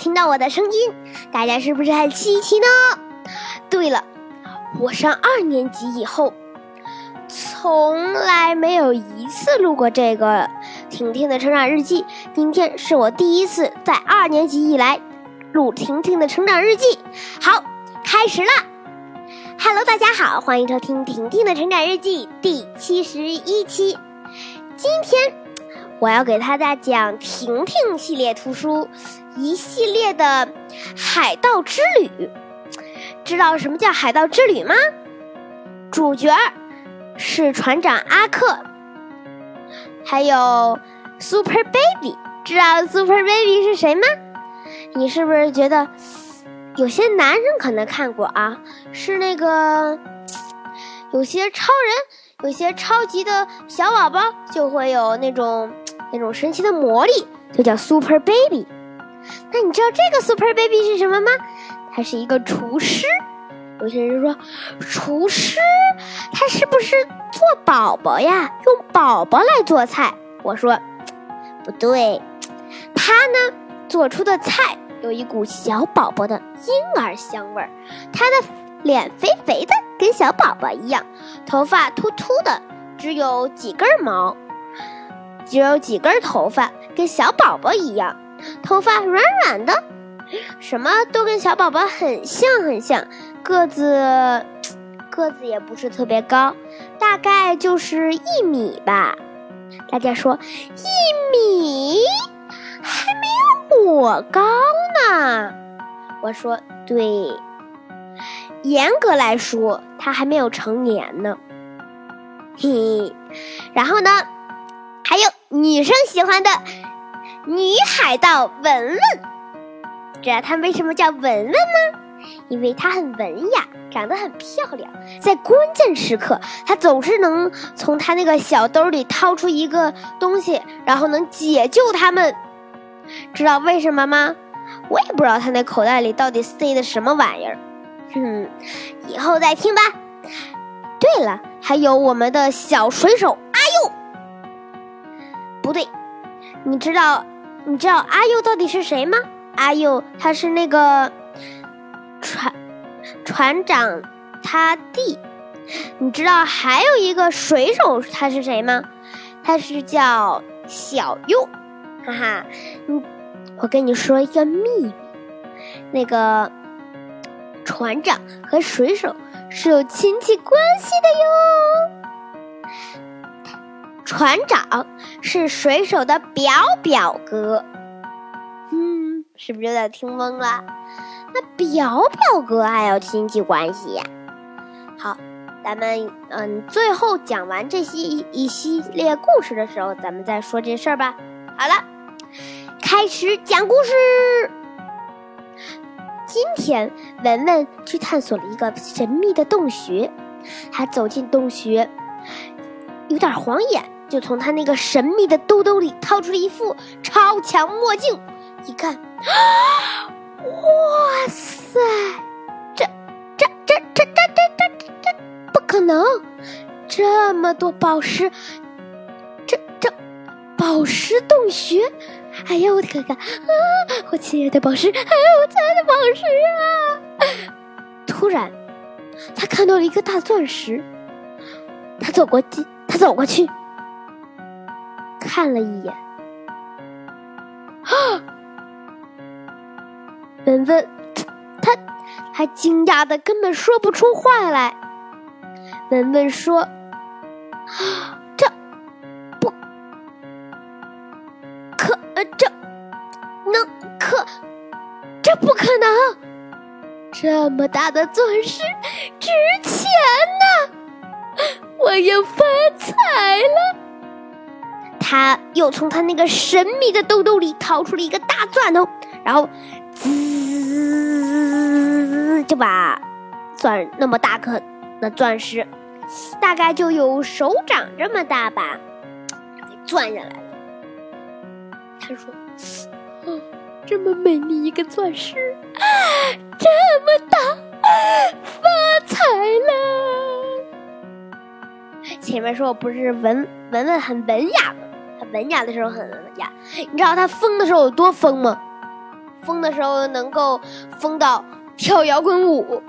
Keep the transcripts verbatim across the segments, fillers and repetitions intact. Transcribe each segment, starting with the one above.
听到我的声音，大家是不是很稀奇呢？对了，我上二年级以后从来没有一次录过这个婷婷的成长日记，今天是我第一次在二年级以来录婷婷的成长日记。好，开始了。Hello， 大家好，欢迎收听婷婷的成长日记第七十一期。今天我要给大家讲婷婷系列图书一系列的海盗之旅。知道什么叫海盗之旅吗？主角是船长阿克，还有 Super Baby。 知道 Super Baby 是谁吗？你是不是觉得有些男人可能看过啊？是那个有些超人，有些超级的小宝宝就会有那种那种神奇的魔力，就叫 Super Baby。 那你知道这个 Super Baby 是什么吗？他是一个厨师。有些人说厨师他是不是做宝宝呀，用宝宝来做菜？我说不对，他呢做出的菜有一股小宝宝的婴儿香味儿。他的脸肥肥的跟小宝宝一样，头发秃秃的，只有几根毛，只有几根头发，跟小宝宝一样，头发软软的，什么都跟小宝宝很像很像。个子个子也不是特别高，大概就是一米吧。大家说一米还没有我高呢？我说对，严格来说他还没有成年呢。嘿，然后呢还有女生喜欢的女海盗文文。知道她为什么叫文文吗？因为她很文雅，长得很漂亮，在关键时刻她总是能从她那个小兜里掏出一个东西，然后能解救他们。知道为什么吗？我也不知道她那口袋里到底塞的什么玩意儿，嗯，以后再听吧。对了，还有我们的小水手阿佑。不对，你知道你知道阿佑到底是谁吗？阿佑他是那个船船长他弟。你知道还有一个水手他是谁吗？他是叫小佑。哈哈，嗯，我跟你说一个秘密，那个船长和水手是有亲戚关系的哟。船长是水手的表表哥。嗯，是不是有点听懵了？那表表哥还有亲戚关系呀？好，咱们嗯，最后讲完这些一一系列故事的时候，咱们再说这事儿吧。好了，开始讲故事。今天文文去探索了一个神秘的洞穴，他走进洞穴有点晃眼，就从他那个神秘的兜兜里掏出了一副超强墨镜，一看，哇塞，这这这这这这这这不可能，这么多宝石，这这宝石洞穴，哎呀，我的看看啊，我亲爱的宝石，哎呀，我亲爱的宝石啊！突然，他看到了一个大钻石，他走过去，他走过去，看了一眼，啊！文文，他他惊讶的根本说不出话来。文文说：“这不可，呃，这能可，这不可能！这么大的钻石值钱呢，我又发财了。”他又从他那个神秘的兜兜里掏出了一个大钻头，然后滋就把钻那么大颗的钻石，大概就有手掌这么大吧，给钻下来了。他说：“哦，这么美丽一个钻石，啊，这么大，发财了！”前面说我不是文文文很文雅吗？他文雅的时候很文雅，你知道他疯的时候有多疯吗？ 疯的时候能够疯到跳摇滚舞。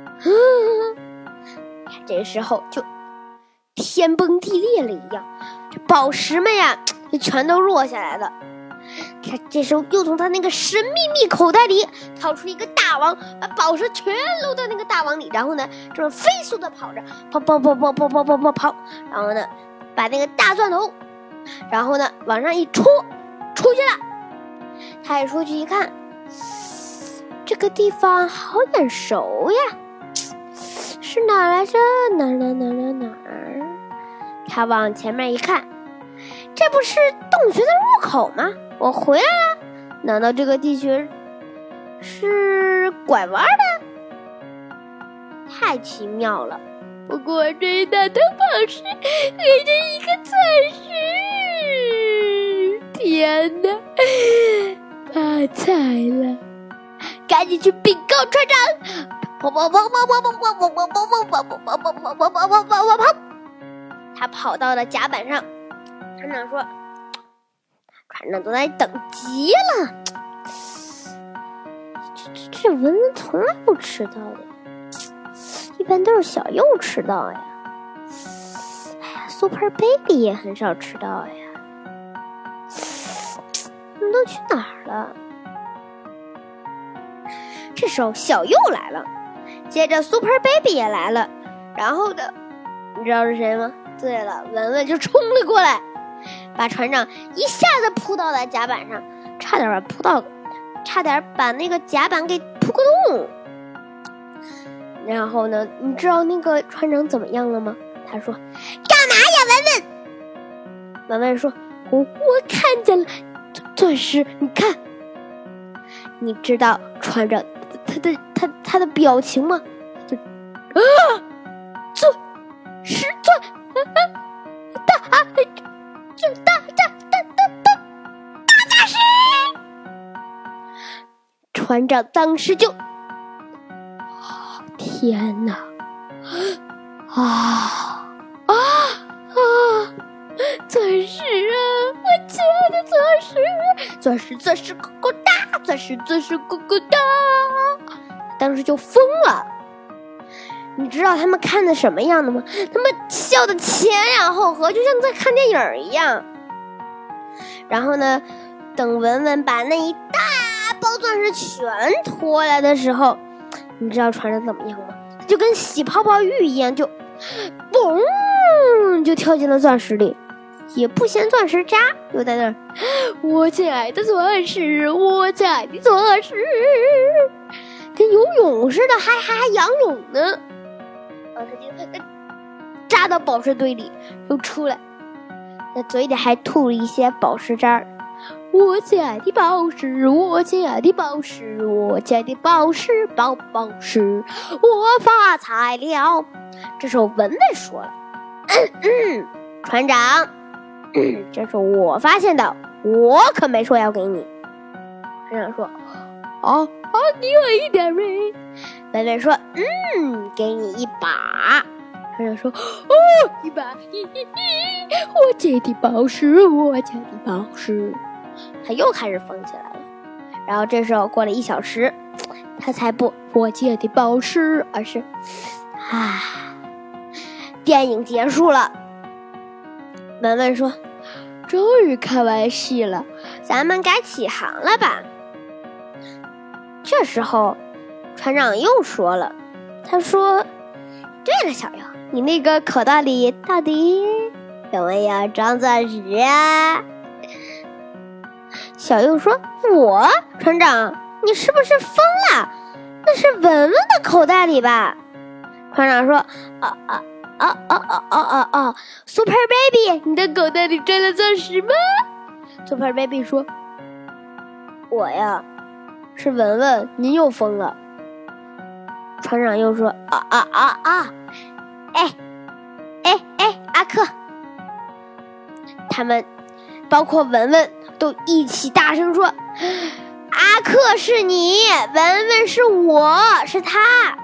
这时候就天崩地裂了一样，这宝石们呀就全都落下来了。他这时候又从他那个神秘秘口袋里掏出一个大王，把宝石全搂到那个大王里，然后呢正飞速的跑着，跑跑跑跑跑跑跑跑跑，然后呢把那个大钻头，然后呢往上一戳，出去了。他一出去一看，这个地方好眼熟呀，是哪来着？哪哪哪哪哪儿？他往前面一看，这不是洞穴的入口吗？我回来了。难道这个地穴是拐弯的？太奇妙了。不过这一大堆宝石给这一个钻石，天哪，发财了！赶紧去禀告船长！跑跑跑跑跑跑跑跑跑跑跑跑跑跑跑跑跑跑跑！他跑到了甲板上，船长说：“船长都在等急了，这这这文文从来不迟到的，一般都是小右迟到呀。哎呀 ，Super Baby 也很少迟到呀。他们都去哪儿了？”这时候小右来了，接着 Super Baby 也来了，然后的，你知道是谁吗？对了，文文就冲了过来，把船长一下子扑到了甲板上，差点把扑到，差点把那个甲板给扑个洞。然后呢，你知道那个船长怎么样了吗？他说：“干嘛呀，文文？”文文说：“我我看见了钻石，你看。”你知道船长他的他他的表情吗？就啊，钻石钻啊，大啊，这大大大大大大钻石！船长当时就，天哪，啊啊啊！钻石啊，我亲爱的钻石，钻石钻石够够大，钻石钻石够够大，当时就疯了。你知道他们看的什么样的吗？他们笑的前仰后合，就像在看电影一样。然后呢，等文文把那一大包钻石全拖来的时候，你知道船长怎么样吗？就跟洗泡泡浴一样，就嘣就跳进了钻石里，也不嫌钻石渣，就在那儿，我亲爱的钻石，我亲爱的钻石，跟游泳似的，还还还仰泳呢。然后他就扎到宝石堆里，又出来，那嘴里还吐了一些宝石渣儿。我亲爱的宝石，我亲爱的宝石，我亲爱的宝石宝宝石，我发财了。这时候文文说了，嗯嗯，船长，嗯，这是我发现的，我可没说要给你。船长说，哦哦，给我一点呗。文文说，嗯，给你一把。船长说，哦，一把，嘿嘿嘿，我亲爱的宝石，我亲爱的宝石。他又开始疯起来了。然后这时候过了一小时，他才不我亲爱的宝石，而是唉，电影结束了。文文说，终于看完戏了，咱们该起航了吧。这时候船长又说了，他说，对了小妖，你那个口袋里到底有没有装钻石啊？小右说，我船长，你是不是疯了？那是文文的口袋里吧？船长说，啊啊啊啊啊啊啊啊 Super Baby， 你的口袋里装了钻石吗？ Super Baby 说，我呀，是文文，您又疯了。船长又说，啊啊啊啊，哎哎哎，阿克，他们包括文文都一起大声说，阿克是你，文文是我，是他。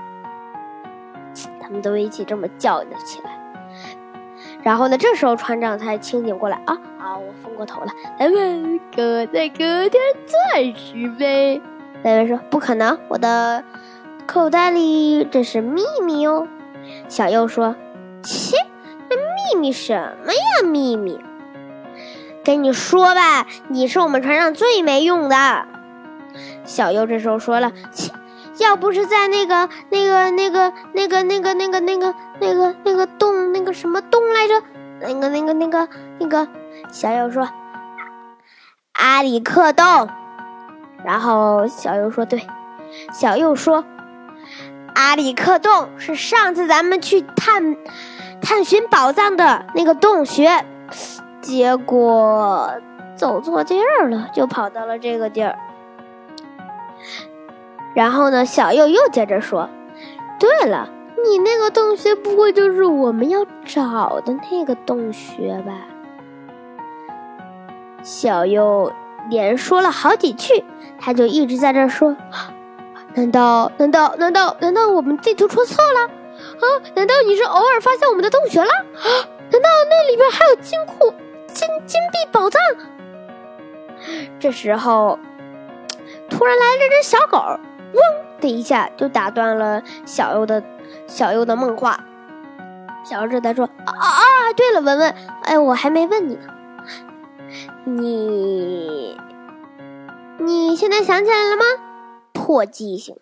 他们都一起这么叫了起来。然后呢，这时候船长才清醒过来，啊啊，我疯过头了，文文，给我再给我点钻石呗。 文文说：“不可能，我的口袋里这是秘密哦。”小右说：“切，这秘密什么呀？秘密？跟你说吧，你是我们船上最没用的。”小右这时候说了：“切，要不是在那个那个那个那个那个那个那个那个那个洞那个什么洞来着？那个那个那个那个。”小右说：“阿里克洞。”然后小右说：“对。”小右说：“阿里克洞是上次咱们去探探寻宝藏的那个洞穴，结果走错地儿了，就跑到了这个地儿。”然后呢，小右又接着说：“对了，你那个洞穴不会就是我们要找的那个洞穴吧？”小右连说了好几句，他就一直在这说：“难道难道难道难道我们地图出错了？啊？难道你是偶尔发现我们的洞穴了？啊？难道那里边还有金库、金金币、宝藏？”这时候，突然来了只小狗，嗡的一下就打断了小右的小右的梦话。小右这才说：“啊啊！对了，文文，哎，我还没问你呢，你你现在想起来了吗？破记性。”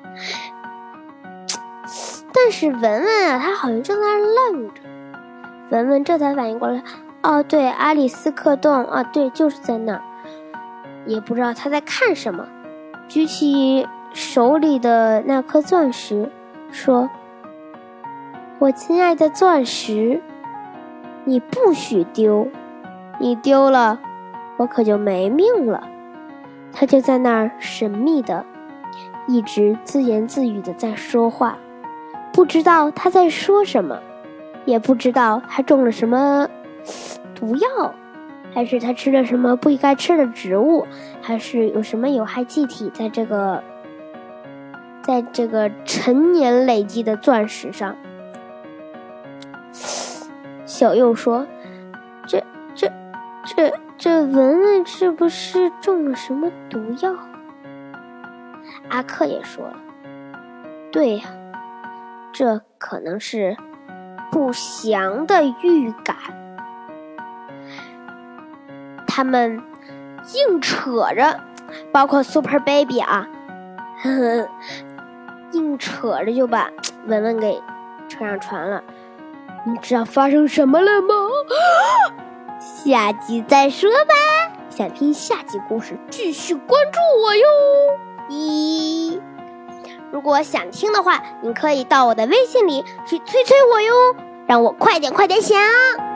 但是文文啊，他好像正在那愣着。文文这才反应过来，哦，对，阿里斯克洞啊，对，就是在那儿。也不知道他在看什么，举起手里的那颗钻石，说：“我亲爱的钻石，你不许丢，你丢了，我可就没命了。”他就在那儿神秘的，一直自言自语的在说话，不知道他在说什么，也不知道他中了什么毒药，还是他吃了什么不应该吃的植物，还是有什么有害气体在这个在这个陈年累积的钻石上。小右说：“这这这这文文是不是中了什么毒药？”阿克也说了：“对呀，这可能是不祥的预感。”他们硬扯着，包括 Super Baby 啊，呵呵，硬扯着就把文文给扯上船了。你知道发生什么了吗？下集再说吧。想听下集故事，继续关注我哟。一，如果想听的话，你可以到我的微信里去催催我哟，让我快点快点想。